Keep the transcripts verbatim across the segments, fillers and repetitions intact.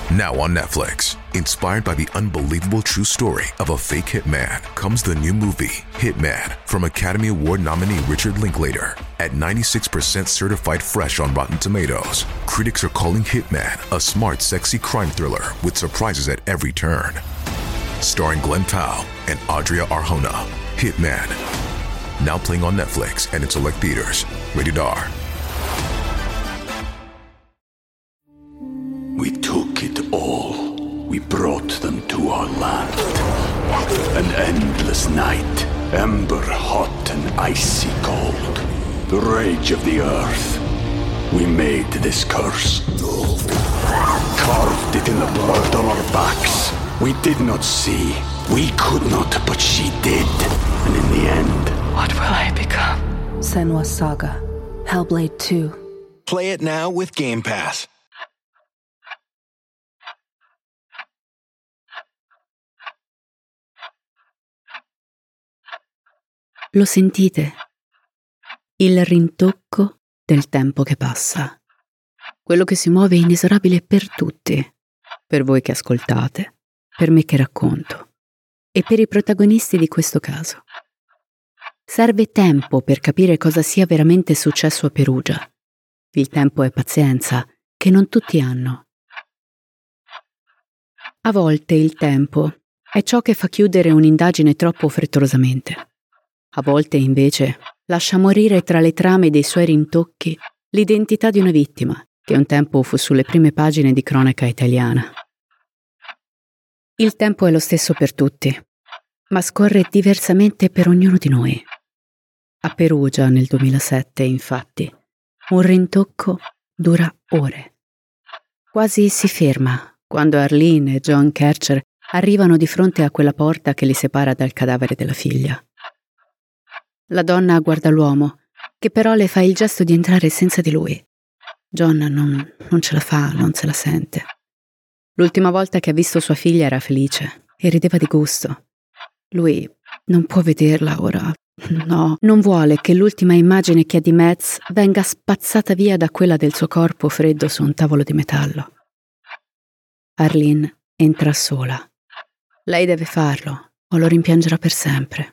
Now on Netflix, inspired by the unbelievable true story of a fake hitman, comes the new movie, Hitman, from Academy Award nominee Richard Linklater. At ninety-six percent certified fresh on Rotten Tomatoes, critics are calling Hitman a smart, sexy crime thriller with surprises at every turn. Starring Glenn Powell and Adria Arjona, Hitman. Now playing on Netflix and in select theaters. Rated R. We took it all. We brought them to our land. An endless night, ember hot and icy cold. The rage of the earth. We made this curse. Carved it in the blood on our backs. We did not see. We could not, but she did. And in the end, what will I become? Senua's Saga. Hellblade two. Play it now with Game Pass. Lo sentite? Il rintocco del tempo che passa. Quello che si muove inesorabile per tutti. Per voi che ascoltate, per me che racconto e per i protagonisti di questo caso. Serve tempo per capire cosa sia veramente successo a Perugia. Il tempo è pazienza che non tutti hanno. A volte il tempo è ciò che fa chiudere un'indagine troppo frettolosamente. A volte, invece, lascia morire tra le trame dei suoi rintocchi l'identità di una vittima, che un tempo fu sulle prime pagine di cronaca italiana. Il tempo è lo stesso per tutti, ma scorre diversamente per ognuno di noi. A Perugia, nel duemilasette, infatti, un rintocco dura ore. Quasi si ferma quando Arlene e John Kercher arrivano di fronte a quella porta che li separa dal cadavere della figlia. La donna guarda l'uomo, che però le fa il gesto di entrare senza di lui. John non, non ce la fa, non se la sente. L'ultima volta che ha visto sua figlia era felice e rideva di gusto. Lui non può vederla ora. No, non vuole che l'ultima immagine che ha di Metz venga spazzata via da quella del suo corpo freddo su un tavolo di metallo. Arlene entra sola. Lei deve farlo o lo rimpiangerà per sempre.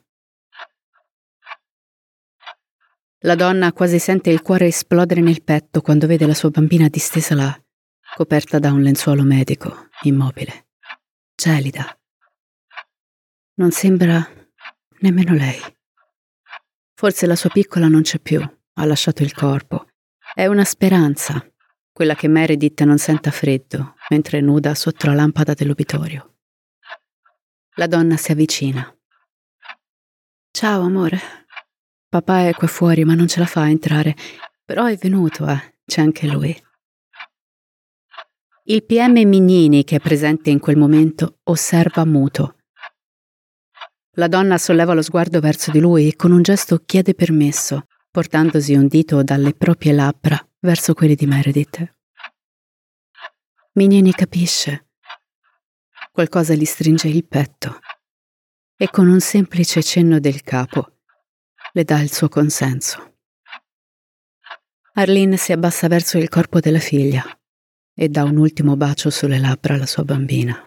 La donna quasi sente il cuore esplodere nel petto quando vede la sua bambina distesa là, coperta da un lenzuolo medico, immobile, gelida. Non sembra nemmeno lei. Forse la sua piccola non c'è più, ha lasciato il corpo. È una speranza, quella che Meredith non senta freddo mentre è nuda sotto la lampada dell'obitorio. La donna si avvicina. Ciao, amore. Papà è qua fuori, ma non ce la fa a entrare. Però è venuto, eh. C'è anche lui. Il P M Mignini, che è presente in quel momento, osserva muto. La donna solleva lo sguardo verso di lui e con un gesto chiede permesso, portandosi un dito dalle proprie labbra verso quelli di Meredith. Mignini capisce. Qualcosa gli stringe il petto e con un semplice cenno del capo le dà il suo consenso. Arlene si abbassa verso il corpo della figlia e dà un ultimo bacio sulle labbra alla sua bambina.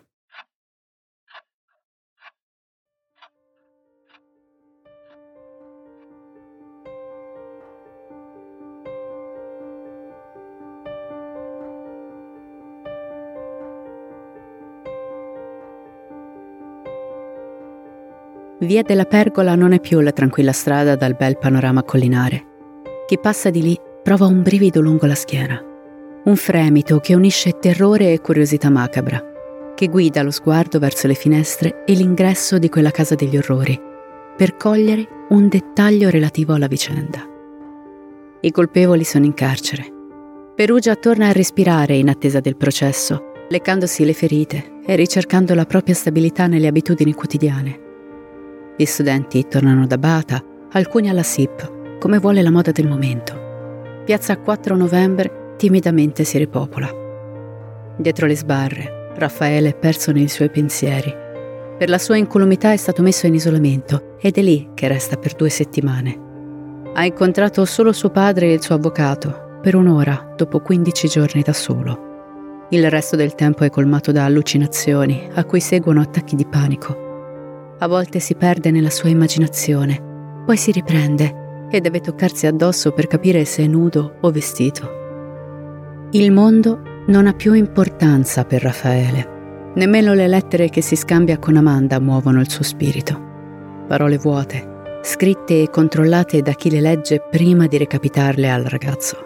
Via della Pergola non è più la tranquilla strada dal bel panorama collinare. Chi passa di lì prova un brivido lungo la schiena, un fremito che unisce terrore e curiosità macabra, che guida lo sguardo verso le finestre e l'ingresso di quella casa degli orrori, per cogliere un dettaglio relativo alla vicenda. I colpevoli sono in carcere. Perugia torna a respirare in attesa del processo, leccandosi le ferite e ricercando la propria stabilità nelle abitudini quotidiane. Gli studenti tornano da Bata, alcuni alla S I P, come vuole la moda del momento. Piazza quattro novembre timidamente si ripopola. Dietro le sbarre, Raffaele è perso nei suoi pensieri. Per la sua incolumità è stato messo in isolamento ed è lì che resta per due settimane. Ha incontrato solo suo padre e il suo avvocato, per un'ora, dopo quindici giorni da solo. Il resto del tempo è colmato da allucinazioni, a cui seguono attacchi di panico. A volte si perde nella sua immaginazione, poi si riprende e deve toccarsi addosso per capire se è nudo o vestito. Il mondo non ha più importanza per Raffaele. Nemmeno le lettere che si scambia con Amanda muovono il suo spirito. Parole vuote, scritte e controllate da chi le legge prima di recapitarle al ragazzo.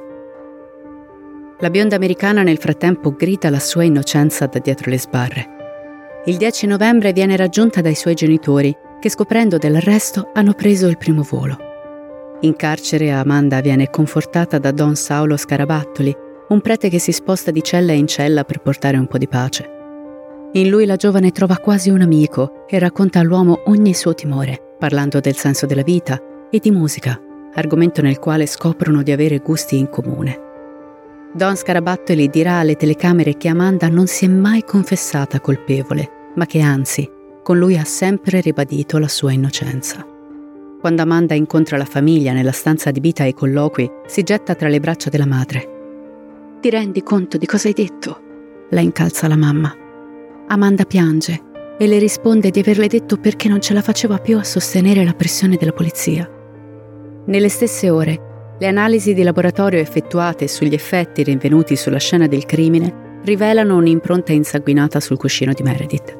La bionda americana nel frattempo grida la sua innocenza da dietro le sbarre. Il dieci novembre viene raggiunta dai suoi genitori, che scoprendo dell'arresto hanno preso il primo volo. In carcere Amanda viene confortata da Don Saulo Scarabattoli, un prete che si sposta di cella in cella per portare un po' di pace. In lui la giovane trova quasi un amico e racconta all'uomo ogni suo timore, parlando del senso della vita e di musica, argomento nel quale scoprono di avere gusti in comune. Don Scarabattoli dirà alle telecamere che Amanda non si è mai confessata colpevole, ma che anzi, con lui ha sempre ribadito la sua innocenza. Quando Amanda incontra la famiglia nella stanza adibita ai colloqui, si getta tra le braccia della madre. «Ti rendi conto di cosa hai detto?» La incalza la mamma. Amanda piange e le risponde di averle detto perché non ce la faceva più a sostenere la pressione della polizia. Nelle stesse ore, le analisi di laboratorio effettuate sugli effetti rinvenuti sulla scena del crimine rivelano un'impronta insanguinata sul cuscino di Meredith.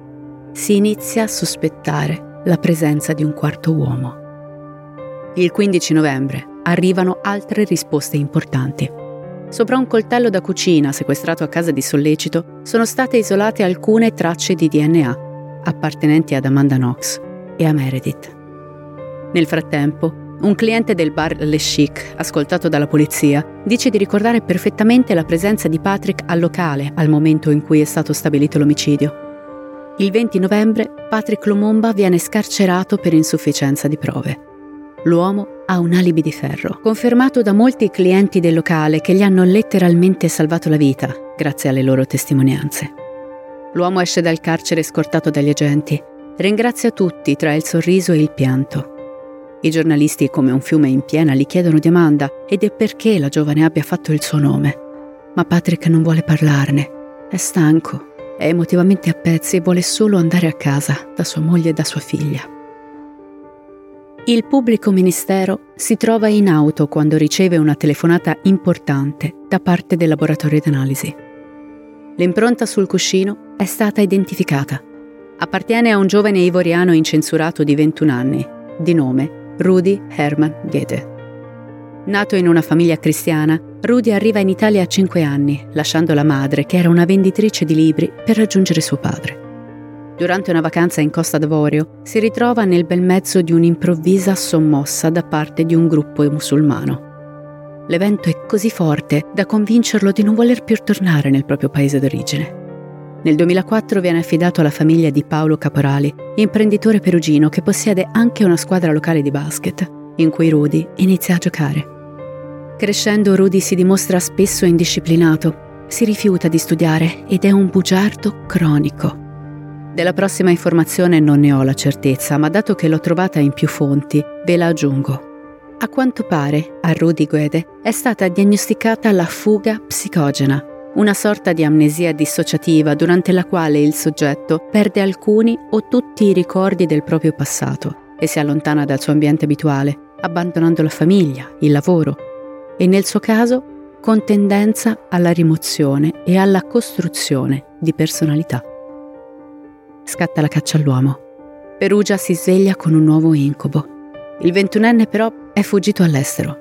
Si inizia a sospettare la presenza di un quarto uomo. Il quindici novembre arrivano altre risposte importanti. Sopra un coltello da cucina sequestrato a casa di Sollecito sono state isolate alcune tracce di D N A appartenenti ad Amanda Knox e a Meredith. Nel frattempo, un cliente del bar Le Chic, ascoltato dalla polizia, dice di ricordare perfettamente la presenza di Patrick al locale al momento in cui è stato stabilito l'omicidio. Il venti novembre, Patrick Lumumba viene scarcerato per insufficienza di prove. L'uomo ha un alibi di ferro, confermato da molti clienti del locale che gli hanno letteralmente salvato la vita, grazie alle loro testimonianze. L'uomo esce dal carcere scortato dagli agenti, ringrazia tutti tra il sorriso e il pianto. I giornalisti, come un fiume in piena, gli chiedono di Amanda ed è perché la giovane abbia fatto il suo nome. Ma Patrick non vuole parlarne, è stanco, è emotivamente a pezzi e vuole solo andare a casa da sua moglie e da sua figlia. Il pubblico ministero si trova in auto quando riceve una telefonata importante da parte del laboratorio d'analisi. L'impronta sul cuscino è stata identificata. Appartiene a un giovane ivoriano incensurato di ventuno anni, di nome Rudy Herman Guede. Nato in una famiglia cristiana, Rudy arriva in Italia a cinque anni, lasciando la madre, che era una venditrice di libri, per raggiungere suo padre. Durante una vacanza in Costa d'Avorio, si ritrova nel bel mezzo di un'improvvisa sommossa da parte di un gruppo musulmano. L'evento è così forte da convincerlo di non voler più tornare nel proprio paese d'origine. Nel duemilaquattro viene affidato alla famiglia di Paolo Caporali, imprenditore perugino che possiede anche una squadra locale di basket, in cui Rudy inizia a giocare. Crescendo, Rudy si dimostra spesso indisciplinato, si rifiuta di studiare ed è un bugiardo cronico. Della prossima informazione non ne ho la certezza, ma dato che l'ho trovata in più fonti, ve la aggiungo. A quanto pare, a Rudy Guede è stata diagnosticata la fuga psicogena, una sorta di amnesia dissociativa durante la quale il soggetto perde alcuni o tutti i ricordi del proprio passato e si allontana dal suo ambiente abituale, abbandonando la famiglia, il lavoro e, nel suo caso, con tendenza alla rimozione e alla costruzione di personalità. Scatta la caccia all'uomo. Perugia si sveglia con un nuovo incubo. Il ventunenne però è fuggito all'estero.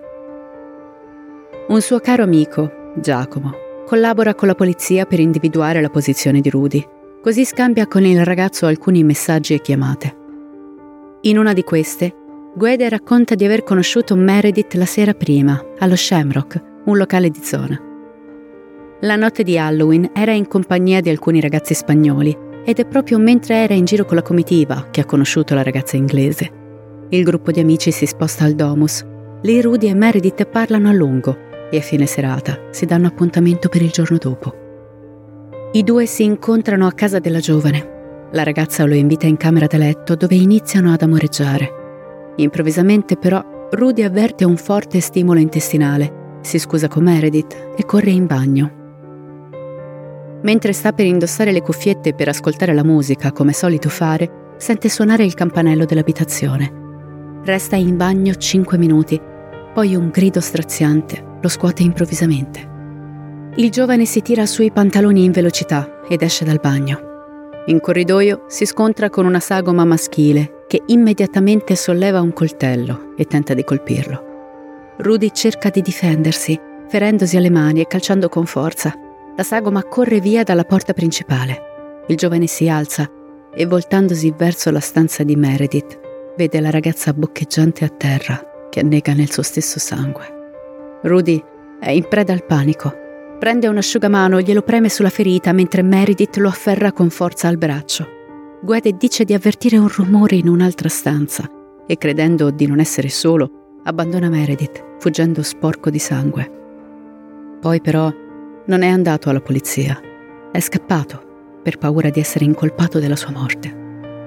Un suo caro amico, Giacomo, collabora con la polizia per individuare la posizione di Rudy, così scambia con il ragazzo alcuni messaggi e chiamate. In una di queste, Guede racconta di aver conosciuto Meredith la sera prima, allo Shamrock, un locale di zona. La notte di Halloween era in compagnia di alcuni ragazzi spagnoli ed è proprio mentre era in giro con la comitiva che ha conosciuto la ragazza inglese. Il gruppo di amici si sposta al Domus. Lì Rudy e Meredith parlano a lungo e a fine serata si danno appuntamento per il giorno dopo. I due si incontrano a casa della giovane. La ragazza lo invita in camera da letto dove iniziano ad amoreggiare. Improvvisamente però Rudy avverte un forte stimolo intestinale, si scusa con Meredith e corre in bagno. Mentre sta per indossare le cuffiette per ascoltare la musica, come è solito fare, sente suonare il campanello dell'abitazione. Resta in bagno cinque minuti, poi un grido straziante lo scuote improvvisamente. Il giovane si tira sui pantaloni in velocità ed esce dal bagno. In corridoio si scontra con una sagoma maschile che immediatamente solleva un coltello e tenta di colpirlo. Rudy cerca di difendersi, ferendosi alle mani e calciando con forza. La sagoma corre via dalla porta principale. Il giovane si alza e, voltandosi verso la stanza di Meredith, vede la ragazza boccheggiante a terra che annega nel suo stesso sangue. Rudy è in preda al panico. Prende un asciugamano e glielo preme sulla ferita mentre Meredith lo afferra con forza al braccio. Guede dice di avvertire un rumore in un'altra stanza e, credendo di non essere solo, abbandona Meredith, fuggendo sporco di sangue. Poi però non è andato alla polizia. È scappato per paura di essere incolpato della sua morte.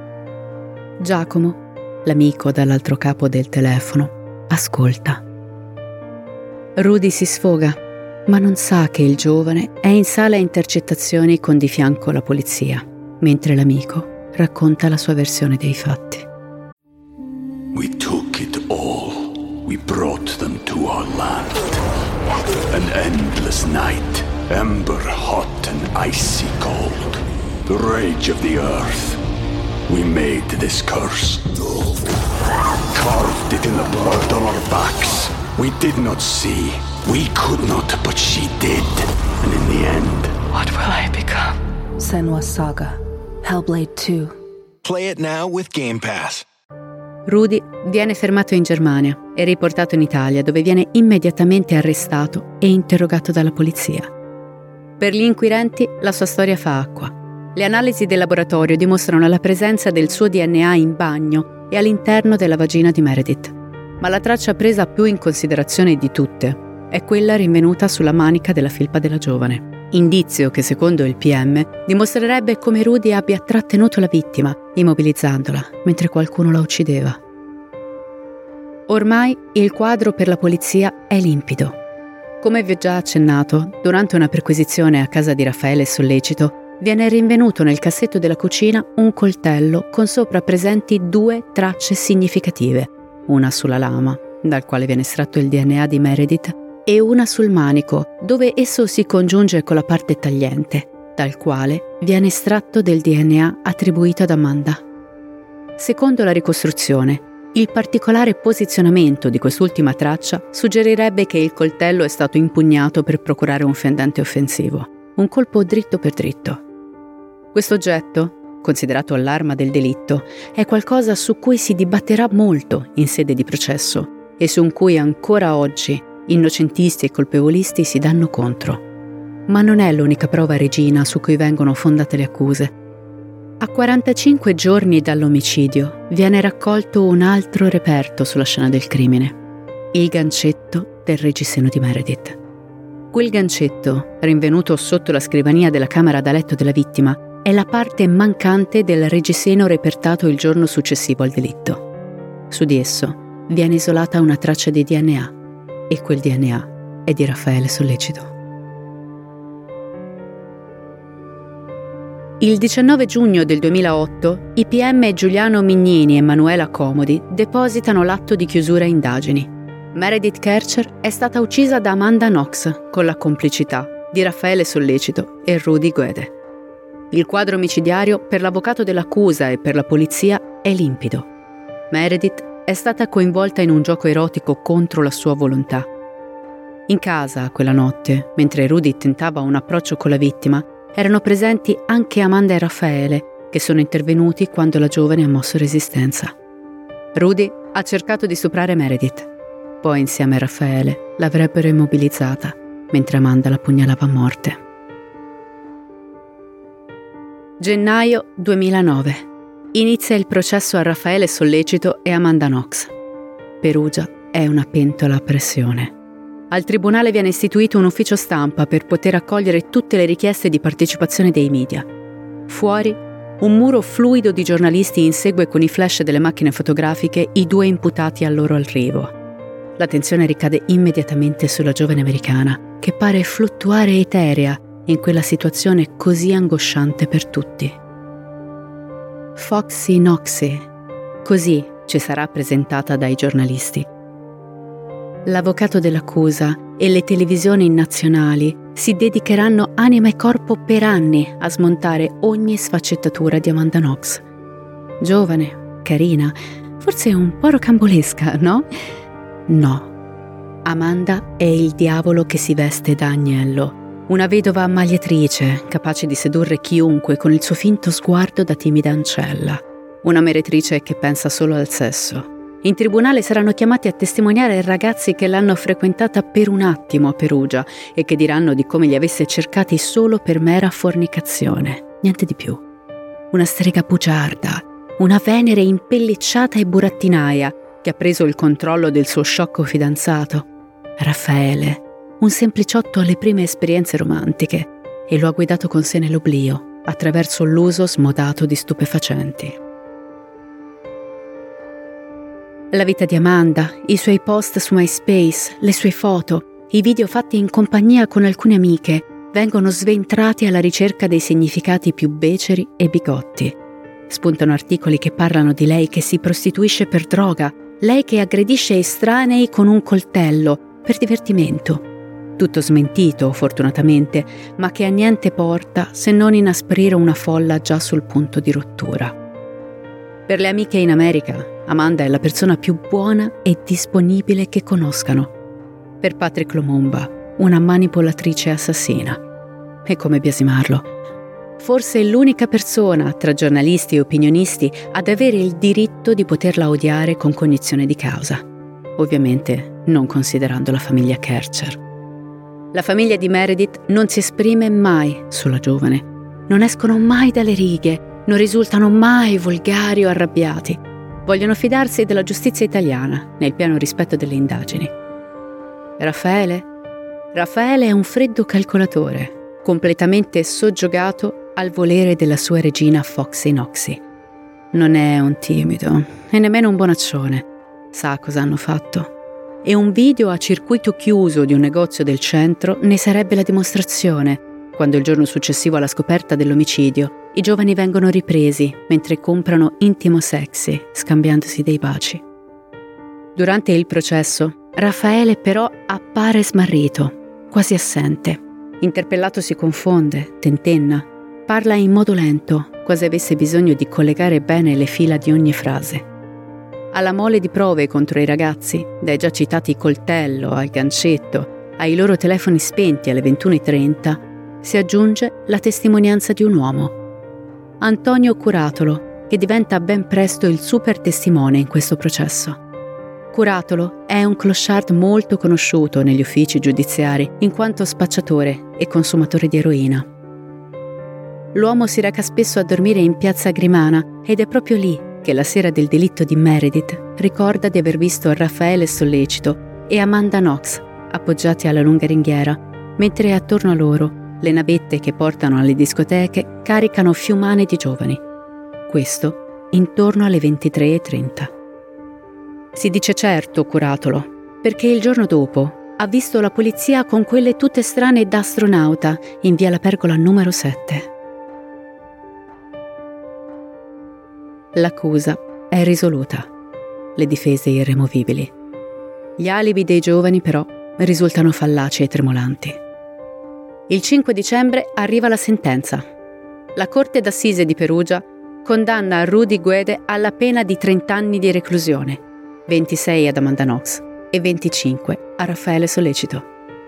Giacomo, l'amico dall'altro capo del telefono, ascolta. Rudy si sfoga, ma non sa che il giovane è in sala intercettazioni con di fianco la polizia, mentre l'amico racconta la sua versione dei fatti. We took it all. We brought them to our land. An endless night, ember hot and icy cold. The rage of the earth. We made this curse. Carved it in the blood on our backs. We did not see. We could not, but she did. And in the end, What will I become? Senua's Saga. Hellblade two. Play it now with Game Pass. Rudy viene fermato in Germania e riportato in Italia, dove viene immediatamente arrestato e interrogato dalla polizia. Per gli inquirenti la sua storia fa acqua. Le analisi del laboratorio dimostrano la presenza del suo D N A in bagno e all'interno della vagina di Meredith. Ma la traccia presa più in considerazione di tutte è quella rinvenuta sulla manica della felpa della giovane. Indizio che, secondo il P M, dimostrerebbe come Rudy abbia trattenuto la vittima, immobilizzandola, mentre qualcuno la uccideva. Ormai il quadro per la polizia è limpido. Come vi ho già accennato, durante una perquisizione a casa di Raffaele Sollecito, viene rinvenuto nel cassetto della cucina un coltello con sopra presenti due tracce significative, una sulla lama, dal quale viene estratto il D N A di Meredith, e una sul manico, dove esso si congiunge con la parte tagliente, dal quale viene estratto del D N A attribuito ad Amanda. Secondo la ricostruzione, il particolare posizionamento di quest'ultima traccia suggerirebbe che il coltello è stato impugnato per procurare un fendente offensivo, un colpo dritto per dritto. Questo oggetto, considerato l'arma del delitto, è qualcosa su cui si dibatterà molto in sede di processo e su cui ancora oggi innocentisti e colpevolisti si danno contro. Ma non è l'unica prova regina su cui vengono fondate le accuse. A quarantacinque giorni dall'omicidio viene raccolto un altro reperto sulla scena del crimine: il gancetto del reggiseno di Meredith. Quel gancetto, rinvenuto sotto la scrivania della camera da letto della vittima, è la parte mancante del reggiseno repertato il giorno successivo al delitto. Su di esso viene isolata una traccia di D N A, e quel D N A è di Raffaele Sollecito. Il diciannove giugno del duemilaotto i P M Giuliano Mignini e Manuela Comodi depositano l'atto di chiusura indagini. Meredith Kercher è stata uccisa da Amanda Knox con la complicità di Raffaele Sollecito e Rudy Guede. Il quadro omicidiario per l'avvocato dell'accusa e per la polizia è limpido. Meredith è stata coinvolta in un gioco erotico contro la sua volontà. In casa, quella notte, mentre Rudy tentava un approccio con la vittima, erano presenti anche Amanda e Raffaele, che sono intervenuti quando la giovane ha mosso resistenza. Rudy ha cercato di stuprare Meredith. Poi, insieme a Raffaele, l'avrebbero immobilizzata, mentre Amanda la pugnalava a morte. Gennaio duemilanove. Inizia il processo a Raffaele Sollecito e Amanda Knox. Perugia è una pentola a pressione. Al tribunale viene istituito un ufficio stampa per poter accogliere tutte le richieste di partecipazione dei media. Fuori, un muro fluido di giornalisti insegue con i flash delle macchine fotografiche i due imputati al loro arrivo. L'attenzione ricade immediatamente sulla giovane americana, che pare fluttuare eterea in quella situazione così angosciante per tutti. Foxy Noxy, così ci sarà presentata dai giornalisti. L'avvocato dell'accusa e le televisioni nazionali si dedicheranno anima e corpo per anni a smontare ogni sfaccettatura di Amanda Knox. Giovane, carina, forse un po' rocambolesca, no? No. Amanda è il diavolo che si veste da agnello, una vedova ammagliatrice, capace di sedurre chiunque con il suo finto sguardo da timida ancella, una meretrice che pensa solo al sesso. In tribunale saranno chiamati a testimoniare ragazzi che l'hanno frequentata per un attimo a Perugia e che diranno di come li avesse cercati solo per mera fornicazione, niente di più. Una strega bugiarda, una Venere impellicciata e burattinaia che ha preso il controllo del suo sciocco fidanzato, Raffaele, un sempliciotto alle prime esperienze romantiche, e lo ha guidato con sé nell'oblio attraverso l'uso smodato di stupefacenti. La vita di Amanda, i suoi post su MySpace, le sue foto, i video fatti in compagnia con alcune amiche vengono sventrati alla ricerca dei significati più beceri e bigotti. Spuntano articoli che parlano di lei che si prostituisce per droga, lei che aggredisce estranei con un coltello per divertimento. Tutto smentito, fortunatamente, ma che a niente porta se non inasprire una folla già sul punto di rottura. Per le amiche in America, Amanda è la persona più buona e disponibile che conoscano. Per Patrick Lumumba, una manipolatrice assassina. E come biasimarlo? Forse è l'unica persona, tra giornalisti e opinionisti, ad avere il diritto di poterla odiare con cognizione di causa. Ovviamente non considerando la famiglia Kercher. La famiglia di Meredith non si esprime mai sulla giovane. Non escono mai dalle righe, non risultano mai volgari o arrabbiati. Vogliono fidarsi della giustizia italiana, nel pieno rispetto delle indagini. Raffaele? Raffaele è un freddo calcolatore, completamente soggiogato al volere della sua regina Foxy Noxy. Non è un timido e nemmeno un bonaccione. Sa cosa hanno fatto. E un video a circuito chiuso di un negozio del centro ne sarebbe la dimostrazione, quando il giorno successivo alla scoperta dell'omicidio i giovani vengono ripresi mentre comprano intimo sexy, scambiandosi dei baci. Durante il processo, Raffaele però appare smarrito, quasi assente. Interpellato si confonde, tentenna, parla in modo lento, quasi avesse bisogno di collegare bene le fila di ogni frase. Alla mole di prove contro i ragazzi, dai già citati coltello al gancetto, ai loro telefoni spenti alle ventuno e trenta, si aggiunge la testimonianza di un uomo. Antonio Curatolo, che diventa ben presto il super testimone in questo processo. Curatolo è un clochard molto conosciuto negli uffici giudiziari in quanto spacciatore e consumatore di eroina. L'uomo si reca spesso a dormire in piazza Grimana ed è proprio lì che la sera del delitto di Meredith ricorda di aver visto Raffaele Sollecito e Amanda Knox appoggiati alla lunga ringhiera, mentre attorno a loro le navette che portano alle discoteche caricano fiumane di giovani. Questo intorno alle ventitré e trenta. Si dice certo Curatolo, perché il giorno dopo ha visto la polizia con quelle tutte strane da astronauta in via La Pergola numero sette. L'accusa è risoluta, le difese irremovibili. Gli alibi dei giovani però risultano fallaci e tremolanti. Il cinque dicembre arriva la sentenza. La Corte d'Assise di Perugia condanna Rudy Guede alla pena di trenta anni di reclusione, ventisei ad Amanda Knox e venticinque a Raffaele Sollecito.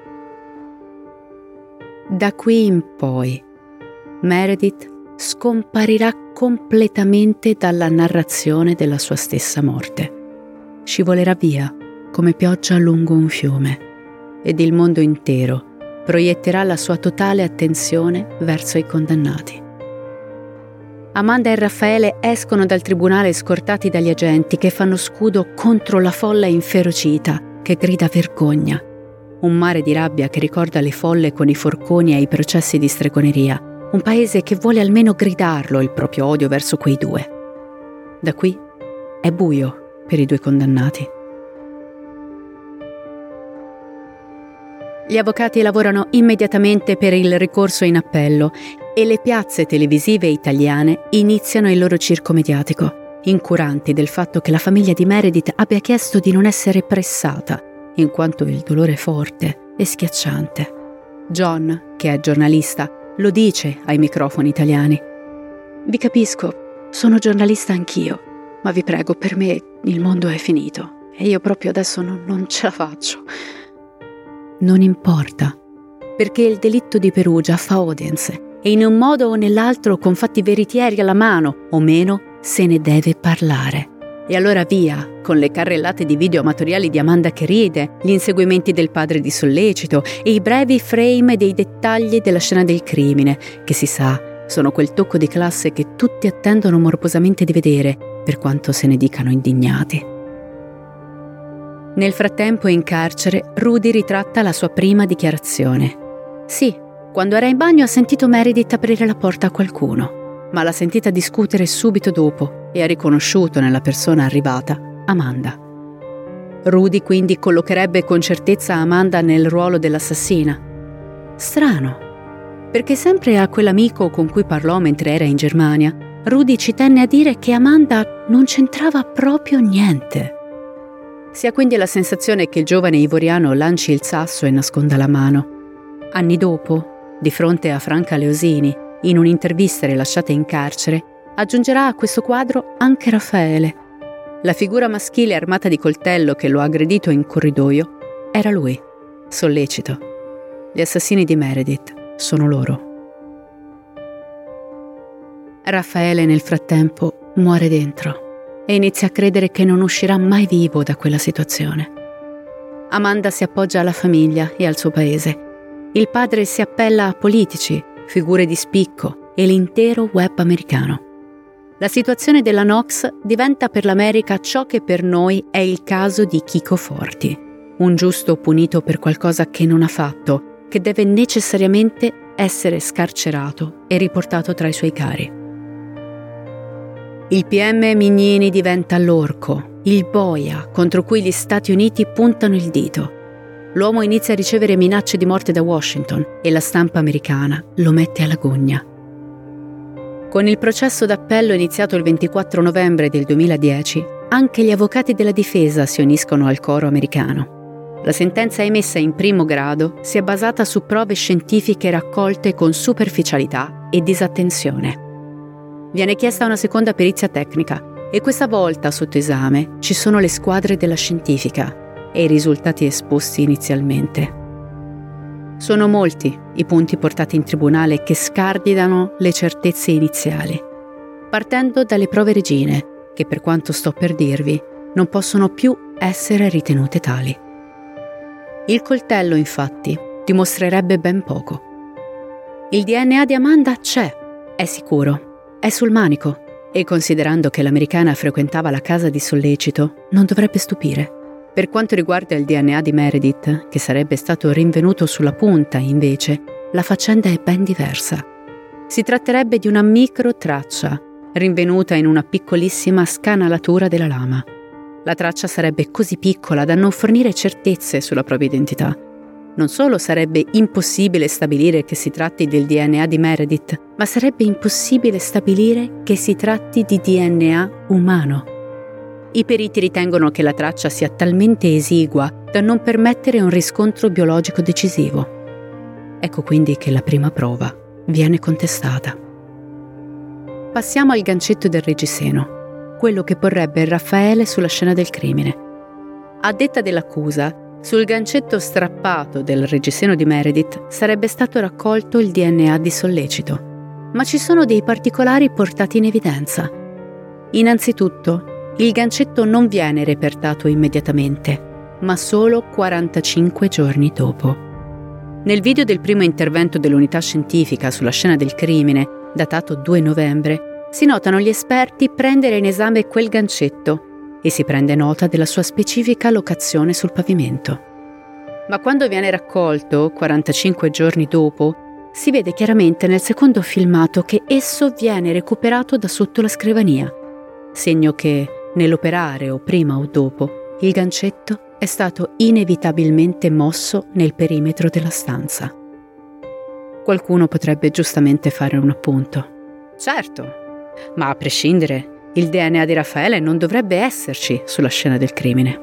Da qui in poi, Meredith scomparirà completamente dalla narrazione della sua stessa morte. Scivolerà via come pioggia lungo un fiume ed il mondo intero proietterà la sua totale attenzione verso i condannati. Amanda e Raffaele escono dal tribunale scortati dagli agenti che fanno scudo contro la folla inferocita che grida vergogna. Un mare di rabbia che ricorda le folle con i forconi e i processi di stregoneria. Un paese che vuole almeno gridarlo il proprio odio verso quei due. Da qui è buio per i due condannati. Gli avvocati lavorano immediatamente per il ricorso in appello e le piazze televisive italiane iniziano il loro circo mediatico, incuranti del fatto che la famiglia di Meredith abbia chiesto di non essere pressata, in quanto il dolore è forte e schiacciante. John, che è giornalista, lo dice ai microfoni italiani. Vi capisco, sono giornalista anch'io, ma vi prego, per me il mondo è finito e io proprio adesso non, non ce la faccio. Non importa, perché il delitto di Perugia fa audience e in un modo o nell'altro, con fatti veritieri alla mano o meno, se ne deve parlare. E allora via, con le carrellate di video amatoriali di Amanda che ride, gli inseguimenti del padre di sollecito e i brevi frame dei dettagli della scena del crimine, che si sa, sono quel tocco di classe che tutti attendono morbosamente di vedere, per quanto se ne dicano indignati. Nel frattempo in carcere, Rudy ritratta la sua prima dichiarazione. Sì, quando era in bagno ha sentito Meredith aprire la porta a qualcuno, ma l'ha sentita discutere subito dopo e ha riconosciuto nella persona arrivata Amanda. Rudy quindi collocherebbe con certezza Amanda nel ruolo dell'assassina. Strano, perché sempre a quell'amico con cui parlò mentre era in Germania, Rudy ci tenne a dire che Amanda non c'entrava proprio niente. Si ha quindi la sensazione che il giovane ivoriano lanci il sasso e nasconda la mano. Anni dopo, di fronte a Franca Leosini, in un'intervista rilasciata in carcere, aggiungerà a questo quadro anche Raffaele. La figura maschile armata di coltello che lo ha aggredito in corridoio era lui, sollecito. Gli assassini di Meredith sono loro. Raffaele nel frattempo muore dentro e inizia a credere che non uscirà mai vivo da quella situazione. Amanda si appoggia alla famiglia e al suo paese. Il padre si appella a politici, figure di spicco e l'intero web americano. La situazione della Knox diventa per l'America ciò che per noi è il caso di Chico Forti, un giusto punito per qualcosa che non ha fatto, che deve necessariamente essere scarcerato e riportato tra i suoi cari. Il P M Mignini diventa l'orco, il boia contro cui gli Stati Uniti puntano il dito. L'uomo inizia a ricevere minacce di morte da Washington e la stampa americana lo mette alla gogna. Con il processo d'appello iniziato il ventiquattro novembre del duemiladieci, anche gli avvocati della difesa si uniscono al coro americano. La sentenza emessa in primo grado si è basata su prove scientifiche raccolte con superficialità e disattenzione. Viene chiesta una seconda perizia tecnica e questa volta sotto esame ci sono le squadre della scientifica e i risultati esposti inizialmente. Sono molti i punti portati in tribunale che scardinano le certezze iniziali, partendo dalle prove regine, che per quanto sto per dirvi, non possono più essere ritenute tali. Il coltello, infatti, dimostrerebbe ben poco. Il D N A di Amanda c'è, è sicuro. È sul manico e, considerando che l'americana frequentava la casa di sollecito, non dovrebbe stupire. Per quanto riguarda il D N A di Meredith, che sarebbe stato rinvenuto sulla punta, invece, la faccenda è ben diversa. Si tratterebbe di una microtraccia, rinvenuta in una piccolissima scanalatura della lama. La traccia sarebbe così piccola da non fornire certezze sulla propria identità. Non solo sarebbe impossibile stabilire che si tratti del D N A di Meredith, ma sarebbe impossibile stabilire che si tratti di D N A umano. I periti ritengono che la traccia sia talmente esigua da non permettere un riscontro biologico decisivo. Ecco quindi che la prima prova viene contestata. Passiamo al gancetto del reggiseno, quello che porrebbe Raffaele sulla scena del crimine. A detta dell'accusa, sul gancetto strappato del reggiseno di Meredith sarebbe stato raccolto il D N A di sollecito, ma ci sono dei particolari portati in evidenza. Innanzitutto, il gancetto non viene repertato immediatamente, ma solo quarantacinque giorni dopo. Nel video del primo intervento dell'unità scientifica sulla scena del crimine, datato due novembre, si notano gli esperti prendere in esame quel gancetto e si prende nota della sua specifica locazione sul pavimento. Ma quando viene raccolto, quarantacinque giorni dopo, si vede chiaramente nel secondo filmato che esso viene recuperato da sotto la scrivania, segno che, nell'operare o prima o dopo, il gancetto è stato inevitabilmente mosso nel perimetro della stanza. Qualcuno potrebbe giustamente fare un appunto. Certo, ma a prescindere, il D N A di Raffaele non dovrebbe esserci sulla scena del crimine.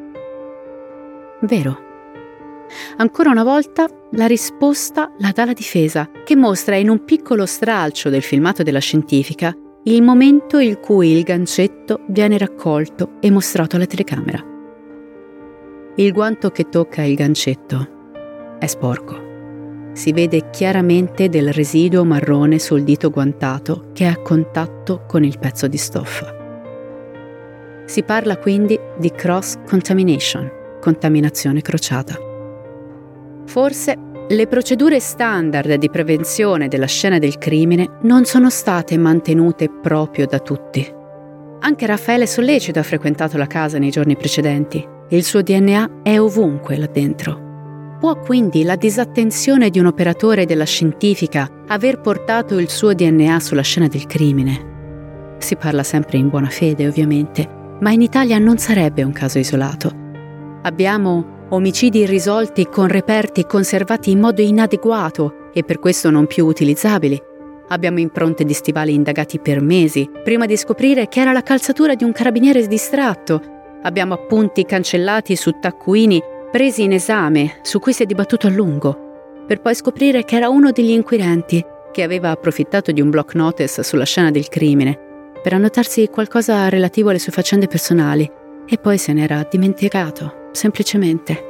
Vero. Ancora una volta la risposta la dà la difesa, che mostra in un piccolo stralcio del filmato della scientifica il momento in cui il gancetto viene raccolto e mostrato alla telecamera. Il guanto che tocca il gancetto è sporco. Si vede chiaramente del residuo marrone sul dito guantato che è a contatto con il pezzo di stoffa. Si parla quindi di cross contamination, contaminazione crociata. Forse le procedure standard di prevenzione della scena del crimine non sono state mantenute proprio da tutti. Anche Raffaele Sollecito ha frequentato la casa nei giorni precedenti. Il suo D N A è ovunque là dentro. Può quindi la disattenzione di un operatore della scientifica aver portato il suo D N A sulla scena del crimine? Si parla sempre in buona fede, ovviamente, ma in Italia non sarebbe un caso isolato. Abbiamo omicidi irrisolti con reperti conservati in modo inadeguato e per questo non più utilizzabili. Abbiamo impronte di stivali indagati per mesi, prima di scoprire che era la calzatura di un carabiniere distratto. Abbiamo appunti cancellati su taccuini presi in esame, su cui si è dibattuto a lungo, per poi scoprire che era uno degli inquirenti che aveva approfittato di un block notice sulla scena del crimine per annotarsi qualcosa relativo alle sue faccende personali e poi se n'era dimenticato, semplicemente.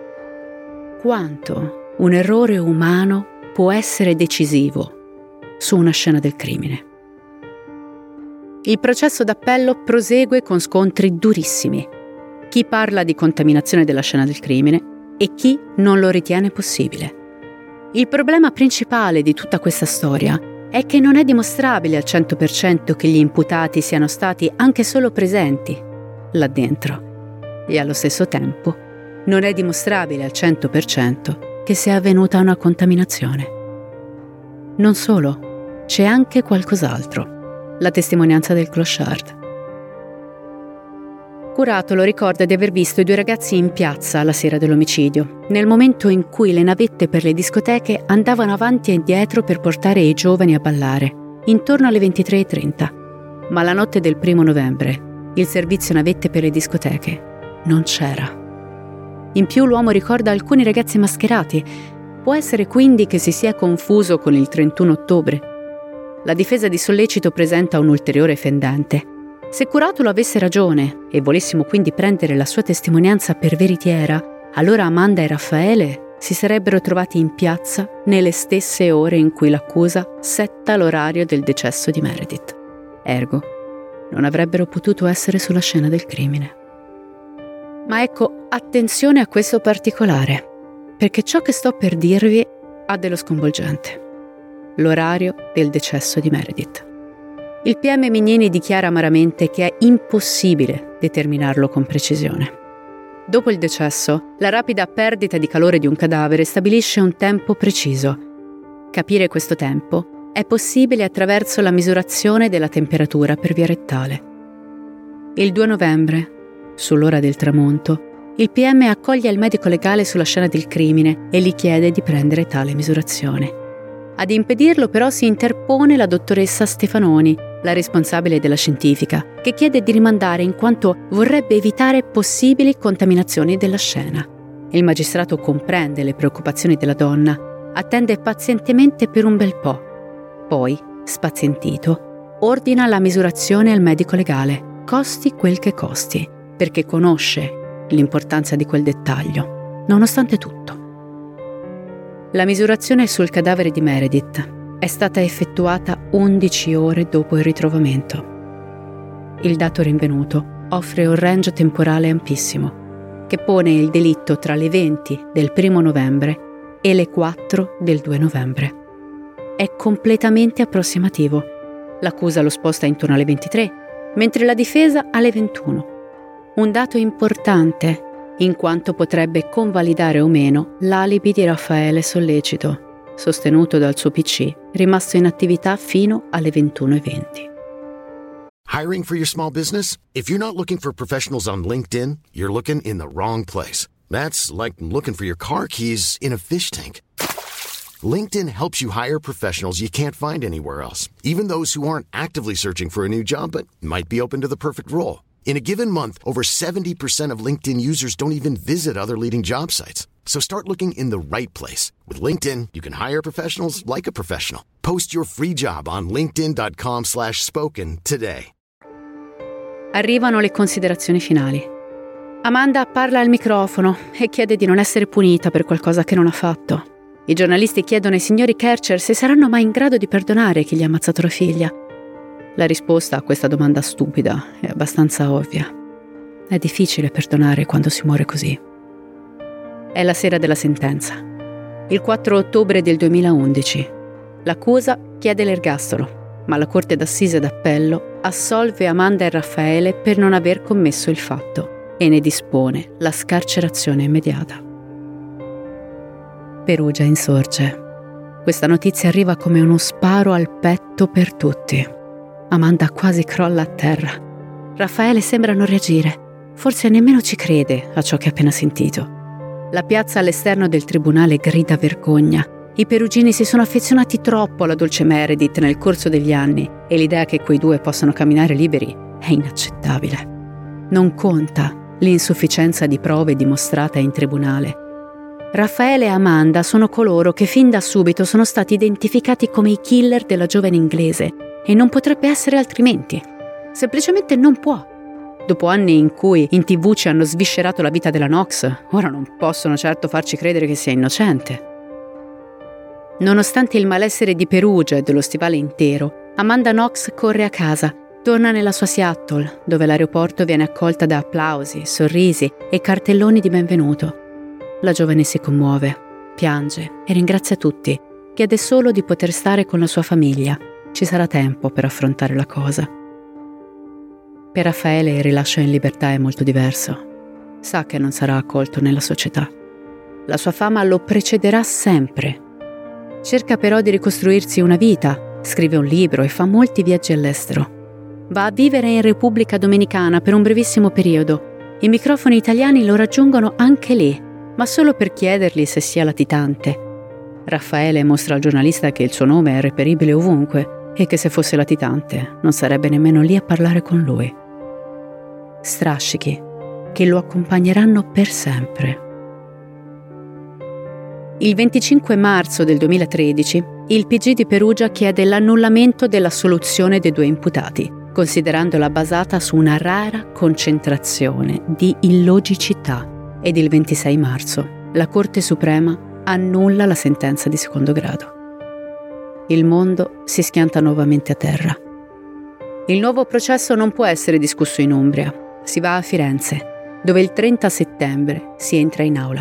Quanto un errore umano può essere decisivo su una scena del crimine? Il processo d'appello prosegue con scontri durissimi. Chi parla di contaminazione della scena del crimine e chi non lo ritiene possibile. Il problema principale di tutta questa storia è che non è dimostrabile al cento per cento che gli imputati siano stati anche solo presenti là dentro e allo stesso tempo non è dimostrabile al cento per cento che sia avvenuta una contaminazione. Non solo, c'è anche qualcos'altro, la testimonianza del clochard. Curatolo ricorda di aver visto i due ragazzi in piazza la sera dell'omicidio, nel momento in cui le navette per le discoteche andavano avanti e indietro per portare i giovani a ballare, intorno alle ventitré e trenta. Ma la notte del primo novembre, il servizio navette per le discoteche non c'era. In più l'uomo ricorda alcuni ragazzi mascherati. Può essere quindi che si sia confuso con il trentuno ottobre. La difesa di Sollecito presenta un ulteriore fendente. Se Curatolo avesse ragione e volessimo quindi prendere la sua testimonianza per veritiera, allora Amanda e Raffaele si sarebbero trovati in piazza nelle stesse ore in cui l'accusa setta l'orario del decesso di Meredith. Ergo, non avrebbero potuto essere sulla scena del crimine. Ma ecco, attenzione a questo particolare, perché ciò che sto per dirvi ha dello sconvolgente. L'orario del decesso di Meredith. Il P M Mignini dichiara amaramente che è impossibile determinarlo con precisione. Dopo il decesso, la rapida perdita di calore di un cadavere stabilisce un tempo preciso. Capire questo tempo è possibile attraverso la misurazione della temperatura per via rettale. Il due novembre, sull'ora del tramonto, il P M accoglie il medico legale sulla scena del crimine e gli chiede di prendere tale misurazione. Ad impedirlo però si interpone la dottoressa Stefanoni, la responsabile della scientifica, che chiede di rimandare in quanto vorrebbe evitare possibili contaminazioni della scena. Il magistrato comprende le preoccupazioni della donna, attende pazientemente per un bel po'. Poi, spazientito, ordina la misurazione al medico legale, costi quel che costi, perché conosce l'importanza di quel dettaglio, nonostante tutto. La misurazione sul cadavere di Meredith è stata effettuata undici ore dopo il ritrovamento. Il dato rinvenuto offre un range temporale ampissimo, che pone il delitto tra le venti del primo novembre e le quattro del due novembre. È completamente approssimativo. L'accusa lo sposta intorno alle ventitré, mentre la difesa alle ventuno. Un dato importante, in quanto potrebbe convalidare o meno l'alibi di Raffaele Sollecito, sostenuto dal suo P C, rimasto in attività fino alle ventuno e venti. Hiring for your small business? If you're not looking for professionals on LinkedIn, you're looking in the wrong place. That's like looking for your car keys in a fish tank. LinkedIn helps you hire professionals you can't find anywhere else, even those who aren't actively searching for a new job but might be open to the perfect role. In a given month, over seventy percent of LinkedIn users don't even visit other leading job sites. So start looking in the right place. With LinkedIn, you can hire professionals like a professional. Post your free job on linkedin.com slash spoken today. Arrivano le considerazioni finali. Amanda parla al microfono e chiede di non essere punita per qualcosa che non ha fatto. I giornalisti chiedono ai signori Kercher se saranno mai in grado di perdonare chi gli ha ammazzato la figlia. La risposta a questa domanda stupida è abbastanza ovvia. È difficile perdonare quando si muore così. È la sera della sentenza. Il quattro ottobre del duemilaundici. L'accusa chiede l'ergastolo, ma la Corte d'Assise d'Appello assolve Amanda e Raffaele per non aver commesso il fatto e ne dispone la scarcerazione immediata. Perugia insorge. Questa notizia arriva come uno sparo al petto per tutti. Amanda quasi crolla a terra. Raffaele sembra non reagire. Forse nemmeno ci crede a ciò che ha appena sentito. La piazza all'esterno del tribunale grida vergogna. I perugini si sono affezionati troppo alla dolce Meredith nel corso degli anni e l'idea che quei due possano camminare liberi è inaccettabile. Non conta l'insufficienza di prove dimostrata in tribunale. Raffaele e Amanda sono coloro che fin da subito sono stati identificati come i killer della giovane inglese e non potrebbe essere altrimenti. Semplicemente non può. Dopo anni in cui in tivù ci hanno sviscerato la vita della Knox, ora non possono certo farci credere che sia innocente. Nonostante il malessere di Perugia e dello stivale intero, Amanda Knox corre a casa, torna nella sua Seattle, dove l'aeroporto viene accolta da applausi, sorrisi e cartelloni di benvenuto. La giovane si commuove, piange e ringrazia tutti, chiede solo di poter stare con la sua famiglia. Ci sarà tempo per affrontare la cosa. Per Raffaele il rilascio in libertà è molto diverso. Sa che non sarà accolto nella società. La sua fama lo precederà sempre. Cerca però di ricostruirsi una vita, scrive un libro e fa molti viaggi all'estero. Va a vivere in Repubblica Dominicana per un brevissimo periodo. I microfoni italiani lo raggiungono anche lì, ma solo per chiedergli se sia latitante. Raffaele mostra al giornalista che il suo nome è reperibile ovunque e che se fosse latitante non sarebbe nemmeno lì a parlare con lui. Strascichi che lo accompagneranno per sempre. Il venticinque marzo del duemilatredici il P G di Perugia chiede l'annullamento dell'assoluzione dei due imputati, considerandola basata su una rara concentrazione di illogicità. Ed il ventisei marzo la Corte Suprema annulla la sentenza di secondo grado. Il mondo si schianta nuovamente a terra. Il nuovo processo non può essere discusso in Umbria. Si va a Firenze, dove il trenta settembre si entra in aula.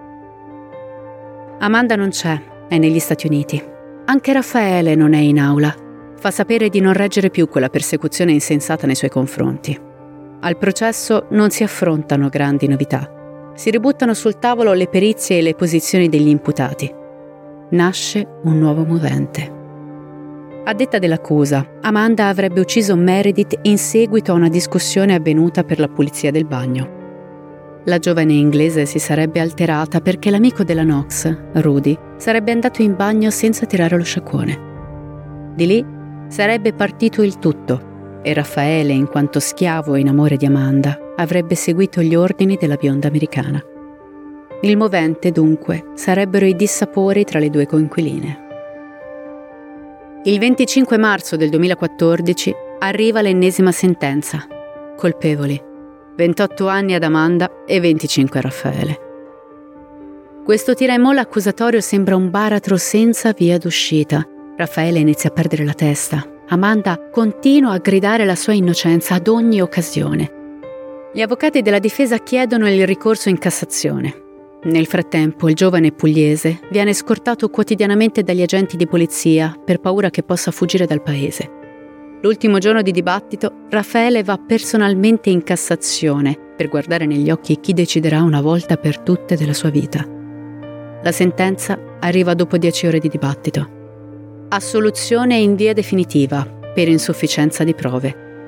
Amanda non c'è, è negli Stati Uniti. Anche Raffaele non è in aula. Fa sapere di non reggere più quella persecuzione insensata nei suoi confronti. Al processo non si affrontano grandi novità. Si ributtano sul tavolo le perizie e le posizioni degli imputati. Nasce un nuovo movente. A detta dell'accusa, Amanda avrebbe ucciso Meredith in seguito a una discussione avvenuta per la pulizia del bagno. La giovane inglese si sarebbe alterata perché l'amico della Knox, Rudy, sarebbe andato in bagno senza tirare lo sciacquone. Di lì sarebbe partito il tutto e Raffaele, in quanto schiavo in amore di Amanda, avrebbe seguito gli ordini della bionda americana. Il movente, dunque, sarebbero i dissapori tra le due coinquiline. Il venticinque marzo del duemilaquattordici arriva l'ennesima sentenza. Colpevoli. ventotto anni ad Amanda e venticinque a Raffaele. Questo tira e molla accusatorio sembra un baratro senza via d'uscita. Raffaele inizia a perdere la testa. Amanda continua a gridare la sua innocenza ad ogni occasione. Gli avvocati della difesa chiedono il ricorso in Cassazione. Nel frattempo, il giovane pugliese viene scortato quotidianamente dagli agenti di polizia per paura che possa fuggire dal paese. L'ultimo giorno di dibattito, Raffaele va personalmente in Cassazione per guardare negli occhi chi deciderà una volta per tutte della sua vita. La sentenza arriva dopo dieci ore di dibattito. Assoluzione in via definitiva per insufficienza di prove.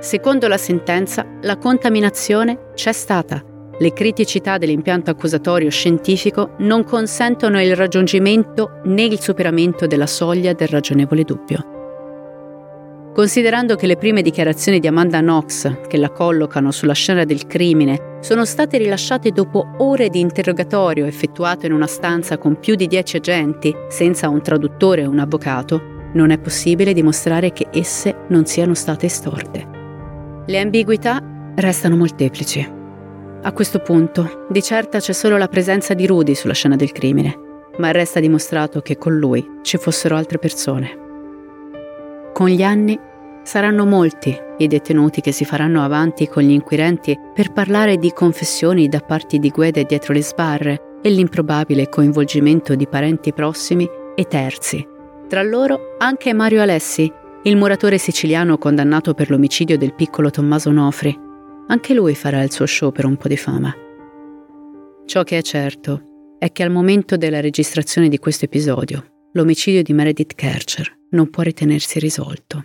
Secondo la sentenza, la contaminazione c'è stata. Le criticità dell'impianto accusatorio scientifico non consentono il raggiungimento né il superamento della soglia del ragionevole dubbio. Considerando che le prime dichiarazioni di Amanda Knox, che la collocano sulla scena del crimine, sono state rilasciate dopo ore di interrogatorio effettuato in una stanza con più di dieci agenti, senza un traduttore o un avvocato, non è possibile dimostrare che esse non siano state estorte. Le ambiguità restano molteplici. A questo punto, di certa c'è solo la presenza di Rudy sulla scena del crimine, ma resta dimostrato che con lui ci fossero altre persone. Con gli anni saranno molti i detenuti che si faranno avanti con gli inquirenti per parlare di confessioni da parte di guide dietro le sbarre e l'improbabile coinvolgimento di parenti prossimi e terzi. Tra loro anche Mario Alessi, il muratore siciliano condannato per l'omicidio del piccolo Tommaso Onofri. Anche lui farà il suo show per un po' di fama. Ciò che è certo è che al momento della registrazione di questo episodio, l'omicidio di Meredith Kercher non può ritenersi risolto.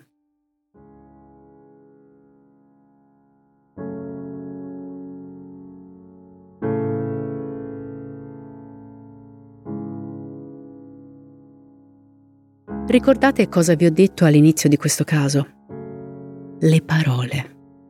Ricordate cosa vi ho detto all'inizio di questo caso? Le parole.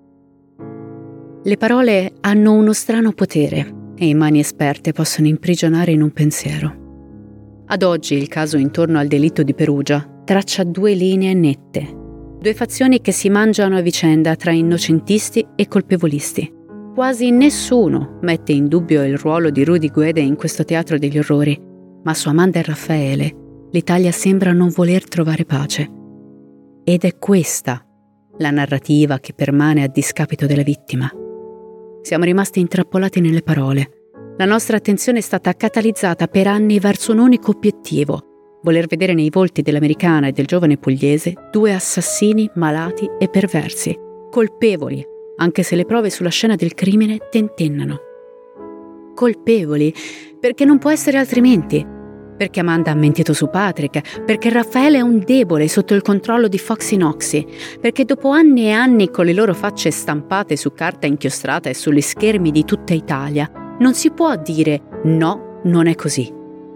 Le parole hanno uno strano potere e in mani esperte possono imprigionare in un pensiero. Ad oggi il caso intorno al delitto di Perugia traccia due linee nette, due fazioni che si mangiano a vicenda tra innocentisti e colpevolisti. Quasi nessuno mette in dubbio il ruolo di Rudy Guede in questo teatro degli orrori, ma su Amanda e Raffaele l'Italia sembra non voler trovare pace. Ed è questa la narrativa che permane a discapito della vittima. Siamo rimasti intrappolati nelle parole. La nostra attenzione è stata catalizzata per anni verso un unico obiettivo: voler vedere nei volti dell'americana e del giovane pugliese due assassini malati e perversi, colpevoli, anche se le prove sulla scena del crimine tentennano. Colpevoli, perché non può essere altrimenti. Perché Amanda ha mentito su Patrick, perché Raffaele è un debole sotto il controllo di Foxy Noxy, perché dopo anni e anni con le loro facce stampate su carta inchiostrata e sugli schermi di tutta Italia, non si può dire no, non è così.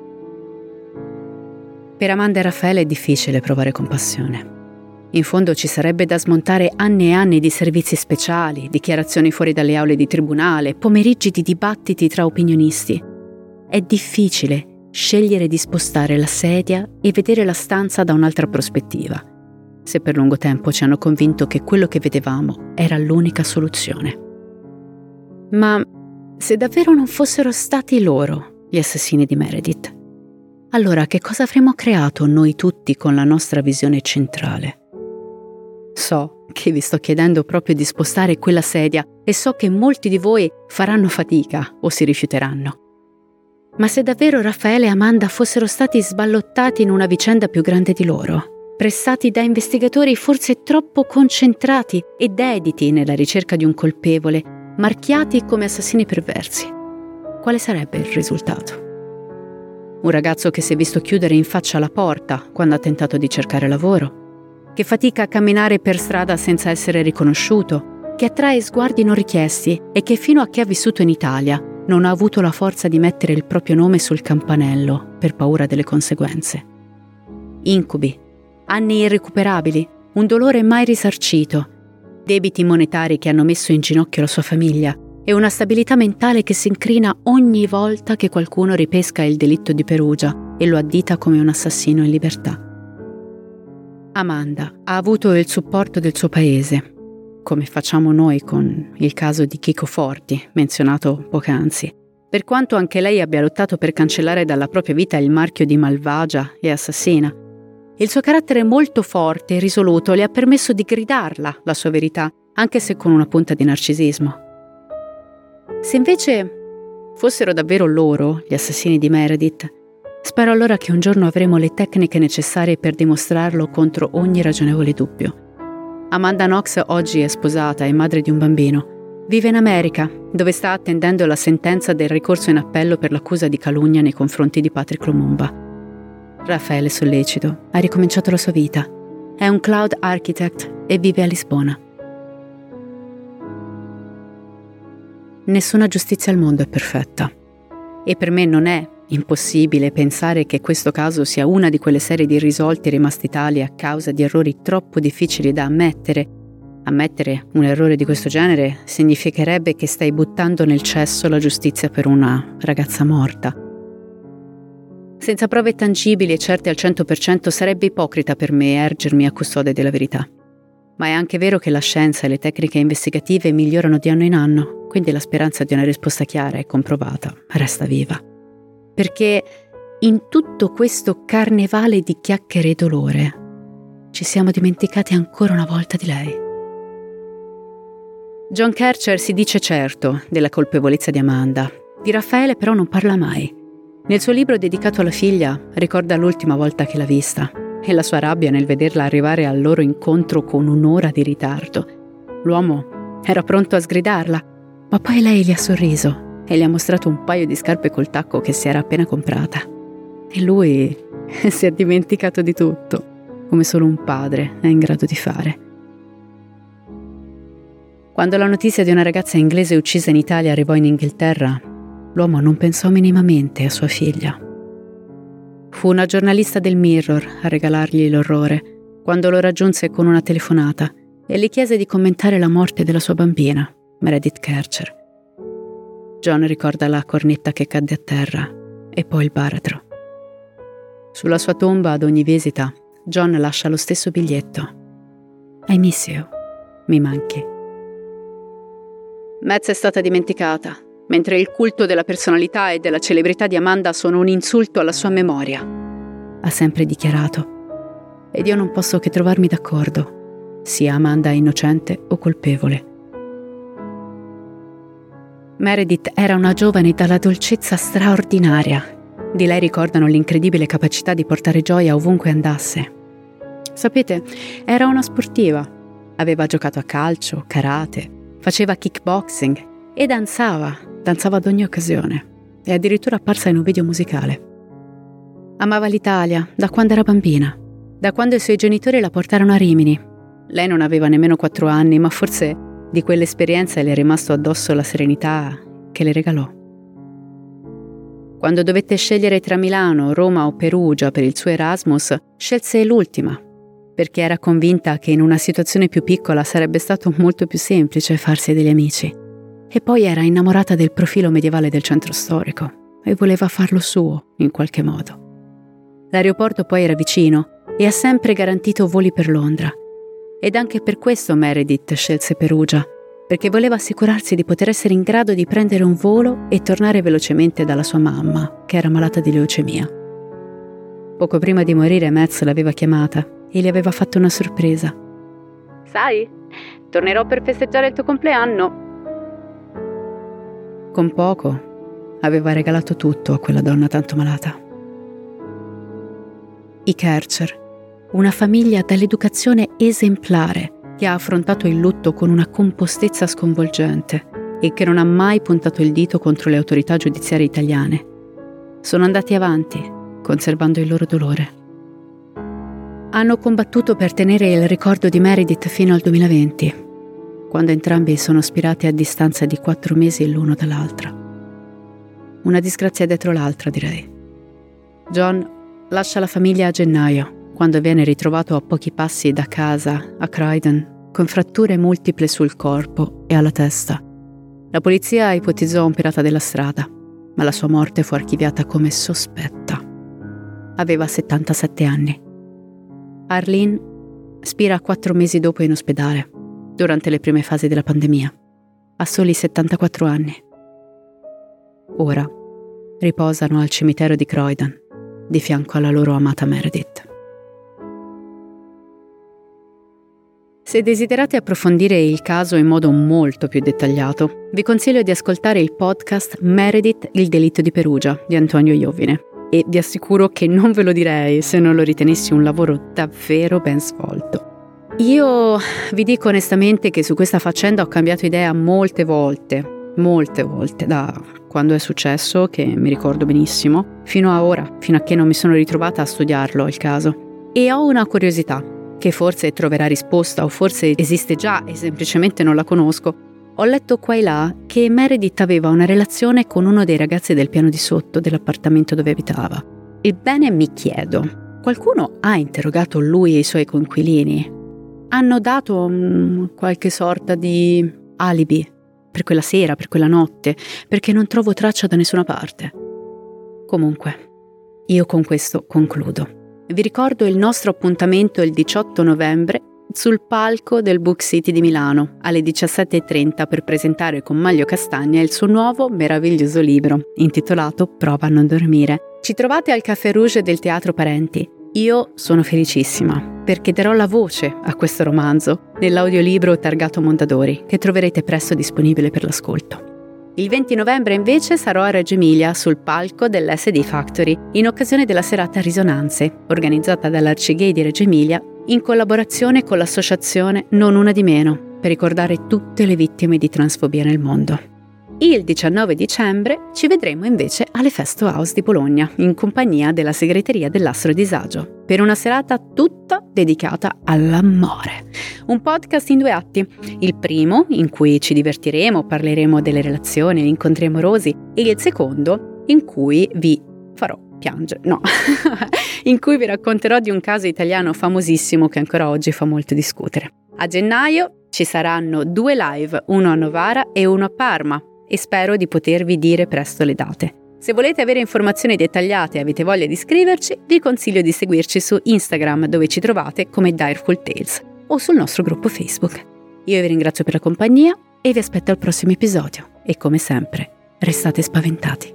Per Amanda e Raffaele è difficile provare compassione. In fondo ci sarebbe da smontare anni e anni di servizi speciali, dichiarazioni fuori dalle aule di tribunale, pomeriggi di dibattiti tra opinionisti. È difficile scegliere di spostare la sedia e vedere la stanza da un'altra prospettiva, se per lungo tempo ci hanno convinto che quello che vedevamo era l'unica soluzione. Ma se davvero non fossero stati loro gli assassini di Meredith, allora che cosa avremmo creato noi tutti con la nostra visione centrale? So che vi sto chiedendo proprio di spostare quella sedia e so che molti di voi faranno fatica o si rifiuteranno. Ma se davvero Raffaele e Amanda fossero stati sballottati in una vicenda più grande di loro, pressati da investigatori forse troppo concentrati e dediti nella ricerca di un colpevole, marchiati come assassini perversi, quale sarebbe il risultato? Un ragazzo che si è visto chiudere in faccia la porta quando ha tentato di cercare lavoro, che fatica a camminare per strada senza essere riconosciuto, che attrae sguardi non richiesti e che fino a che ha vissuto in Italia non ha avuto la forza di mettere il proprio nome sul campanello per paura delle conseguenze. Incubi, anni irrecuperabili, un dolore mai risarcito, debiti monetari che hanno messo in ginocchio la sua famiglia e una stabilità mentale che si incrina ogni volta che qualcuno ripesca il delitto di Perugia e lo addita come un assassino in libertà. Amanda ha avuto il supporto del suo paese, come facciamo noi con il caso di Chico Forti, menzionato poc'anzi, per quanto anche lei abbia lottato per cancellare dalla propria vita il marchio di malvagia e assassina. Il suo carattere molto forte e risoluto le ha permesso di gridarla la sua verità, anche se con una punta di narcisismo. Se invece fossero davvero loro gli assassini di Meredith, spero allora che un giorno avremo le tecniche necessarie per dimostrarlo contro ogni ragionevole dubbio. Amanda Knox oggi è sposata e madre di un bambino. Vive in America, dove sta attendendo la sentenza del ricorso in appello per l'accusa di calunnia nei confronti di Patrick Lumumba. Raffaele Sollecito ha ricominciato la sua vita. È un cloud architect e vive a Lisbona. nessuna giustizia al mondo è perfetta. E per me non è impossibile pensare che questo caso sia una di quelle serie di irrisolti rimasti tali a causa di errori troppo difficili da ammettere. Ammettere un errore di questo genere significherebbe che stai buttando nel cesso la giustizia per una ragazza morta. Senza prove tangibili e certe al cento per cento sarebbe ipocrita per me ergermi a custode della verità. Ma è anche vero che la scienza e le tecniche investigative migliorano di anno in anno, quindi la speranza di una risposta chiara e comprovata resta viva. Perché in tutto questo carnevale di chiacchiere e dolore ci siamo dimenticati ancora una volta di lei. John Kercher si dice certo della colpevolezza di Amanda. Di Raffaele però non parla mai. Nel suo libro dedicato alla figlia ricorda l'ultima volta che l'ha vista e la sua rabbia nel vederla arrivare al loro incontro con un'ora di ritardo. L'uomo era pronto a sgridarla, ma poi lei gli ha sorriso e gli ha mostrato un paio di scarpe col tacco che si era appena comprata. E lui si è dimenticato di tutto, come solo un padre è in grado di fare. Quando la notizia di una ragazza inglese uccisa in Italia arrivò in Inghilterra, l'uomo non pensò minimamente a sua figlia. Fu una giornalista del Mirror a regalargli l'orrore, quando lo raggiunse con una telefonata e gli chiese di commentare la morte della sua bambina, Meredith Kercher. John ricorda la cornetta che cadde a terra e poi il baratro. Sulla sua tomba ad ogni visita, John lascia lo stesso biglietto. I miss you. Mi manchi. Metz è stata dimenticata, mentre il culto della personalità e della celebrità di Amanda sono un insulto alla sua memoria, ha sempre dichiarato. Ed io non posso che trovarmi d'accordo, sia Amanda innocente o colpevole. Meredith era una giovane dalla dolcezza straordinaria. Di lei ricordano l'incredibile capacità di portare gioia ovunque andasse. Sapete, era una sportiva. Aveva giocato a calcio, karate, faceva kickboxing e danzava, danzava ad ogni occasione. È addirittura apparsa in un video musicale. Amava l'Italia da quando era bambina, da quando i suoi genitori la portarono a Rimini. Lei non aveva nemmeno quattro anni, ma forse di quell'esperienza le è rimasto addosso la serenità che le regalò. Quando dovette scegliere tra Milano, Roma o Perugia per il suo Erasmus, scelse l'ultima, perché era convinta che in una situazione più piccola sarebbe stato molto più semplice farsi degli amici. E poi era innamorata del profilo medievale del centro storico e voleva farlo suo in qualche modo. L'aeroporto poi era vicino e ha sempre garantito voli per Londra. Ed anche per questo Meredith scelse Perugia, perché voleva assicurarsi di poter essere in grado di prendere un volo e tornare velocemente dalla sua mamma, che era malata di leucemia. Poco prima di morire Metz l'aveva chiamata e gli aveva fatto una sorpresa. Sai, tornerò per festeggiare il tuo compleanno. Con poco aveva regalato tutto a quella donna tanto malata. I Kercher, una famiglia dall'educazione esemplare che ha affrontato il lutto con una compostezza sconvolgente e che non ha mai puntato il dito contro le autorità giudiziarie italiane. Sono andati avanti, conservando il loro dolore. Hanno combattuto per tenere il ricordo di Meredith fino al duemilaventi, quando entrambi sono spirati a distanza di quattro mesi l'uno dall'altra. Una disgrazia dietro l'altra, direi. John lascia la famiglia a gennaio, quando viene ritrovato a pochi passi da casa a Croydon, con fratture multiple sul corpo e alla testa. La polizia ipotizzò un pirata della strada, ma la sua morte fu archiviata come sospetta. Aveva settantasette anni. Arlene spira quattro mesi dopo in ospedale, durante le prime fasi della pandemia, a soli settantaquattro anni. Ora riposano al cimitero di Croydon, di fianco alla loro amata Meredith. Se desiderate approfondire il caso in modo molto più dettagliato, vi consiglio di ascoltare il podcast Meredith, il delitto di Perugia di Antonio Iovine e vi assicuro che non ve lo direi se non lo ritenessi un lavoro davvero ben svolto. Io vi dico onestamente che su questa faccenda ho cambiato idea molte volte, molte volte, da quando è successo, che mi ricordo benissimo, fino a ora, fino a che non mi sono ritrovata a studiarlo il caso. E ho una curiosità, che forse troverà risposta o forse esiste già e semplicemente non la conosco. Ho letto qua e là che Meredith aveva una relazione con uno dei ragazzi del piano di sotto dell'appartamento dove abitava. Ebbene, mi chiedo, qualcuno ha interrogato lui e i suoi coinquilini? Hanno dato um, qualche sorta di alibi per quella sera, per quella notte, perché non trovo traccia da nessuna parte. Comunque, io con questo concludo. Vi ricordo il nostro appuntamento il diciotto novembre sul palco del Book City di Milano alle diciassette e trenta per presentare con Maglio Castagna il suo nuovo meraviglioso libro intitolato Prova a non dormire. Ci trovate al Café Rouge del Teatro Parenti. Io sono felicissima perché darò la voce a questo romanzo nell'audiolibro targato Mondadori che troverete presto disponibile per l'ascolto. Il venti novembre invece sarò a Reggio Emilia sul palco dell'S D Factory in occasione della serata Risonanze organizzata dall'Arcigay di Reggio Emilia in collaborazione con l'associazione Non Una di Meno per ricordare tutte le vittime di transfobia nel mondo. Il diciannove dicembre ci vedremo invece alle Festo House di Bologna in compagnia della segreteria dell'Astro Disagio per una serata tutta dedicata all'amore. Un podcast in due atti, il primo in cui ci divertiremo, parleremo delle relazioni, gli incontri amorosi, e il secondo in cui vi farò piangere, no, in cui vi racconterò di un caso italiano famosissimo che ancora oggi fa molto discutere. A gennaio ci saranno due live, uno a Novara e uno a Parma, e spero di potervi dire presto le date. Se volete avere informazioni dettagliate e avete voglia di scriverci, vi consiglio di seguirci su Instagram, dove ci trovate come Direful Tales, o sul nostro gruppo Facebook. Io vi ringrazio per la compagnia e vi aspetto al prossimo episodio. E come sempre, restate spaventati.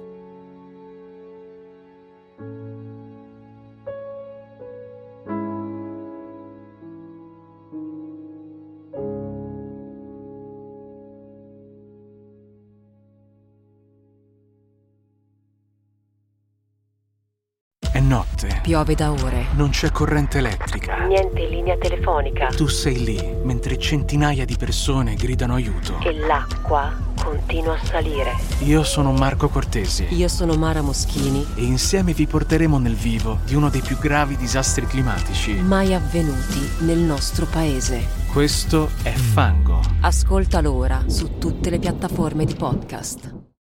È notte. Piove da ore. Non c'è corrente elettrica. Niente linea telefonica. Tu sei lì, mentre centinaia di persone gridano aiuto. E l'acqua continua a salire. Io sono Marco Cortesi. Io sono Mara Moschini. E insieme vi porteremo nel vivo di uno dei più gravi disastri climatici mai avvenuti nel nostro paese. Questo è Fango. Ascoltalo ora su tutte le piattaforme di podcast.